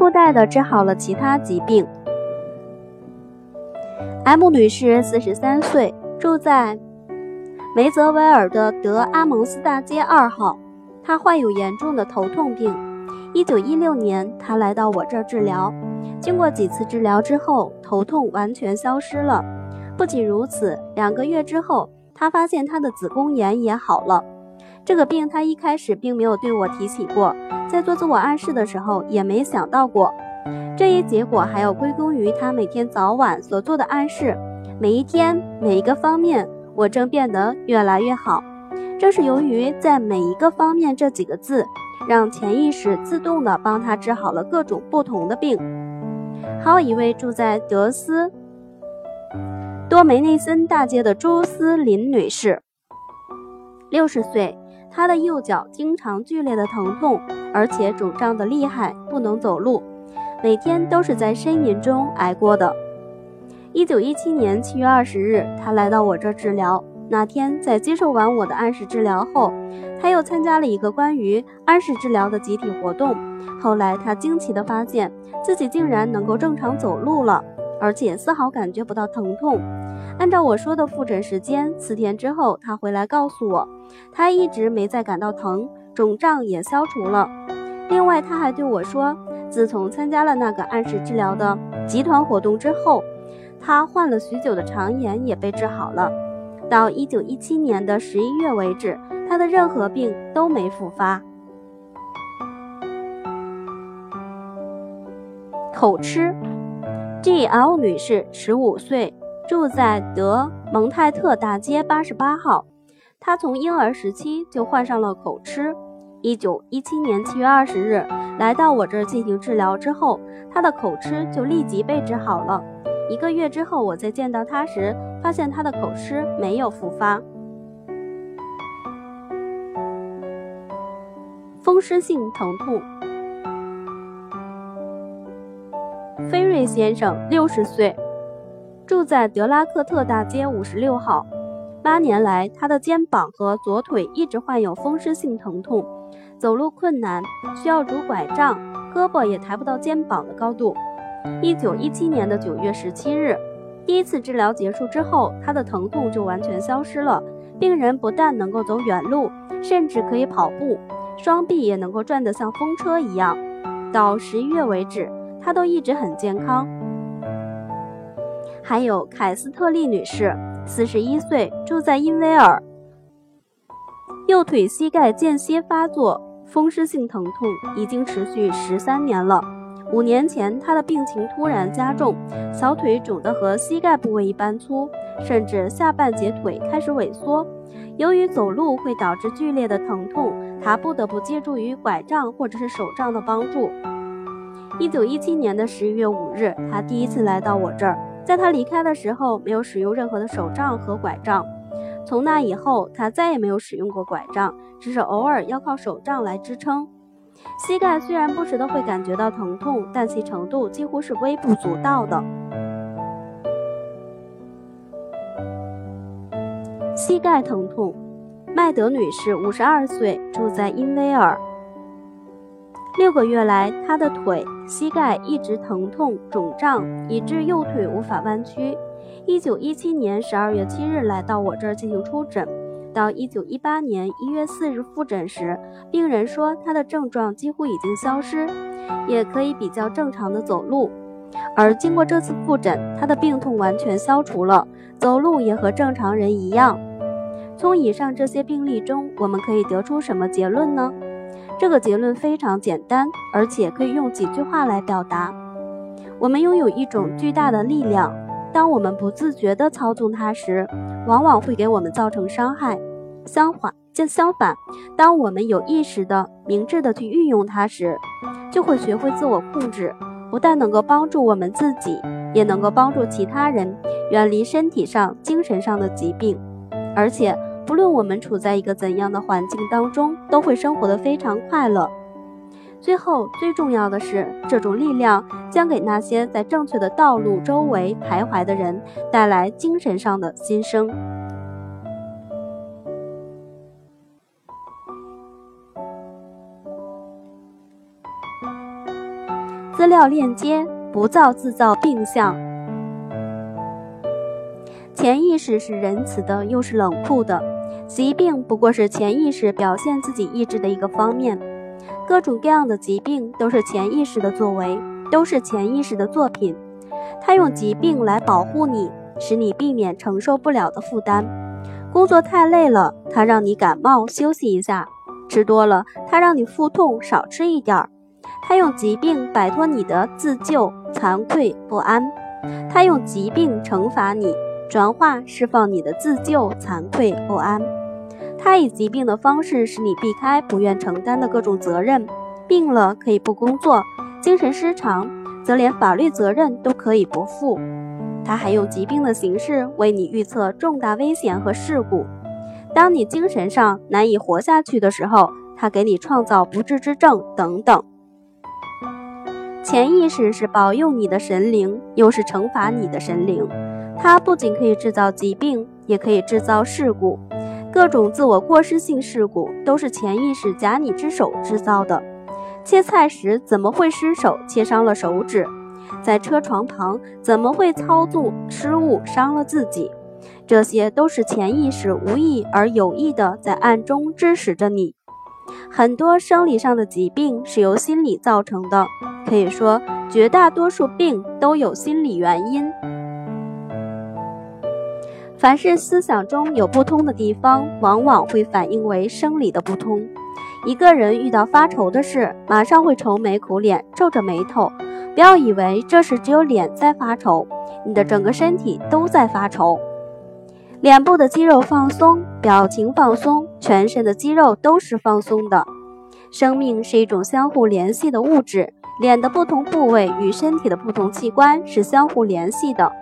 交代地治好了其他疾病。M 女士43岁，住在梅泽维尔的德阿蒙斯大街2号。她患有严重的头痛病。1916年，她来到我这儿治疗。经过几次治疗之后，头痛完全消失了。不仅如此，2个月之后，她发现她的子宫炎也好了。这个病她一开始并没有对我提起过，在做自我暗示的时候也没想到过。这一结果还要归功于她每天早晚所做的暗示，每一天每一个方面，我正变得越来越好。正是由于在每一个方面这几个字，让潜意识自动地帮她治好了各种不同的病。还有一位住在德斯多梅内森大街的朱斯林女士，60岁，她的右脚经常剧烈的疼痛，而且肿胀得厉害，不能走路，每天都是在呻吟中挨过的。1917年7月20日，她来到我这治疗。那天在接受完我的暗示治疗后，她又参加了一个关于暗示治疗的集体活动。后来她惊奇地发现自己竟然能够正常走路了，而且丝毫感觉不到疼痛。按照我说的复诊时间，4天之后她回来告诉我，她一直没再感到疼，肿胀也消除了。另外她还对我说，自从参加了那个暗示治疗的集团活动之后，她患了许久的肠炎也被治好了。到1917年的11月为止，她的任何病都没复发。口吃 GL 女士15岁，住在德蒙泰特大街88号。她从婴儿时期就患上了口吃。1917年7月20日来到我这儿进行治疗之后，她的口吃就立即被治好了。1个月之后，我再见到她时，发现她的口吃没有复发。风湿性疼痛，菲瑞先生60岁，住在德拉克特大街56号。8年来，他的肩膀和左腿一直患有风湿性疼痛，走路困难，需要拄拐杖，胳膊也抬不到肩膀的高度。1917年的9月17日，第一次治疗结束之后，他的疼痛就完全消失了。病人不但能够走远路，甚至可以跑步，双臂也能够转得像风车一样。到11月为止，他都一直很健康。还有凯斯特利女士，41岁，住在因维尔，右腿膝盖间歇发作，风湿性疼痛已经持续13年了。5年前，她的病情突然加重，小腿肿得和膝盖部位一般粗，甚至下半截腿开始萎缩。由于走路会导致剧烈的疼痛，她不得不借助于拐杖或者是手杖的帮助。1917年的11月5日，她第一次来到我这儿。在她离开的时候，没有使用任何的手杖和拐杖。从那以后，她再也没有使用过拐杖，只是偶尔要靠手杖来支撑。膝盖虽然不时的会感觉到疼痛，但其程度几乎是微不足道的。膝盖疼痛，麦德女士52岁，住在因维尔。6个月来，她的腿、膝盖一直疼痛肿胀，以致右腿无法弯曲。1917年12月7日来到我这儿进行初诊。到1918年1月4日复诊时，病人说他的症状几乎已经消失，也可以比较正常的走路。而经过这次复诊，他的病痛完全消除了，走路也和正常人一样。从以上这些病例中，我们可以得出什么结论呢？这个结论非常简单，而且可以用几句话来表达。我们拥有一种巨大的力量，当我们不自觉地操纵它时，往往会给我们造成伤害。相反，当我们有意识的、明智的去运用它时，就会学会自我控制，不但能够帮助我们自己，也能够帮助其他人远离身体上、精神上的疾病。而且，不论我们处在一个怎样的环境当中，都会生活得非常快乐。最后，最重要的是，这种力量将给那些在正确的道路周围徘徊的人带来精神上的新生。 资料链接，不制造病象。潜意识是仁慈的，又是冷酷的。疾病不过是潜意识表现自己意志的一个方面。各种各样的疾病都是潜意识的作为，都是潜意识的作品。它用疾病来保护你，使你避免承受不了的负担。工作太累了，它让你感冒休息一下；吃多了，它让你腹痛少吃一点儿。它用疾病摆脱你的自救、惭愧、不安；它用疾病惩罚你，转化释放你的自救、惭愧、不安。它以疾病的方式使你避开不愿承担的各种责任。病了可以不工作，精神失常则连法律责任都可以不负。它还用疾病的形式为你预测重大危险和事故。当你精神上难以活下去的时候，它给你创造不治之症等等。潜意识是保佑你的神灵，又是惩罚你的神灵。它不仅可以制造疾病，也可以制造事故。各种自我过失性事故都是潜意识假你之手制造的。切菜时怎么会失手切伤了手指？在车床旁怎么会操纵失误伤了自己？这些都是潜意识无意而有意的在暗中指使着你。很多生理上的疾病是由心理造成的，可以说绝大多数病都有心理原因。凡是思想中有不通的地方，往往会反映为生理的不通。一个人遇到发愁的事，马上会愁眉苦脸，皱着眉头。不要以为这时只有脸在发愁，你的整个身体都在发愁。脸部的肌肉放松，表情放松，全身的肌肉都是放松的。生命是一种相互联系的物质，脸的不同部位与身体的不同器官是相互联系的。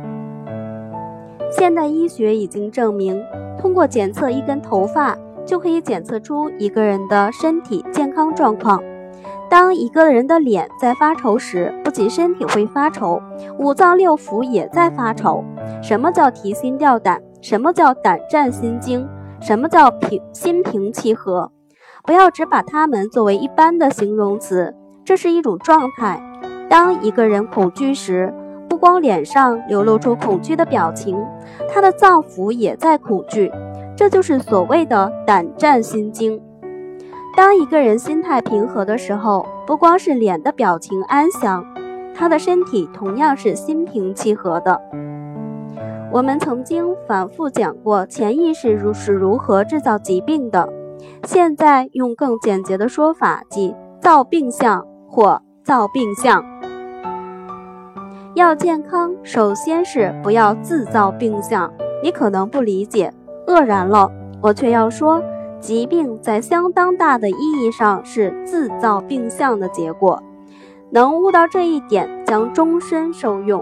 现代医学已经证明，通过检测一根头发就可以检测出一个人的身体健康状况。当一个人的脸在发愁时，不仅身体会发愁，五脏六腑也在发愁。什么叫提心吊胆？什么叫胆战心惊？什么叫心平气和？不要只把它们作为一般的形容词，这是一种状态。当一个人恐惧时，不光脸上流露出恐惧的表情，他的脏腑也在恐惧，这就是所谓的胆战心惊。当一个人心态平和的时候，不光是脸的表情安详，他的身体同样是心平气和的。我们曾经反复讲过潜意识是如何制造疾病的，现在用更简洁的说法，即造病象或造病象。要健康，首先是不要自造病象。你可能不理解，愕然了，我却要说，疾病在相当大的意义上是自造病象的结果。能悟到这一点，将终身受用。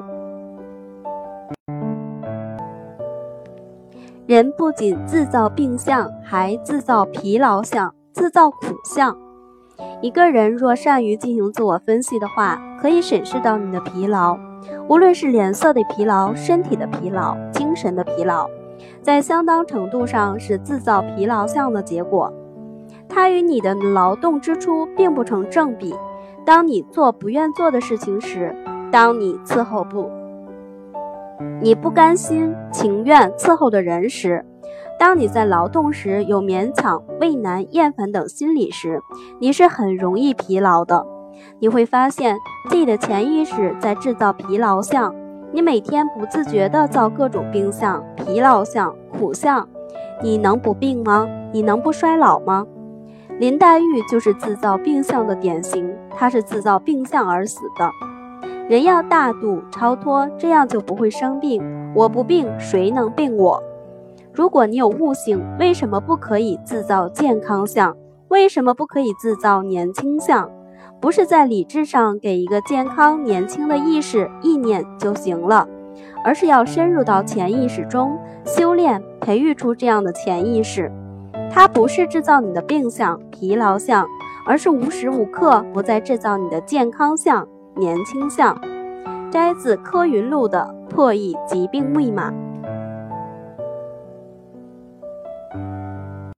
人不仅自造病象，还自造疲劳象，自造苦象。一个人若善于进行自我分析的话，可以审视到你的疲劳，无论是脸色的疲劳、身体的疲劳、精神的疲劳，在相当程度上是自造疲劳象的结果。它与你的劳动支出并不成正比。当你做不愿做的事情时，当你伺候你不甘心情愿伺候的人时，当你在劳动时有勉强、畏难、厌烦等心理时，你是很容易疲劳的。你会发现自己的潜意识在制造疲劳象，你每天不自觉地造各种病象、疲劳象、苦象。你能不病吗？你能不衰老吗？林黛玉就是自造病象的典型，她是自造病象而死的。人要大度超脱，这样就不会生病。我不病，谁能病我？如果你有悟性，为什么不可以自造健康象？为什么不可以自造年轻象？不是在理智上给一个健康年轻的意识意念就行了，而是要深入到潜意识中修炼，培育出这样的潜意识。它不是制造你的病象、疲劳象，而是无时无刻不在制造你的健康象、年轻象。摘自柯云路的《破译疾病密码》。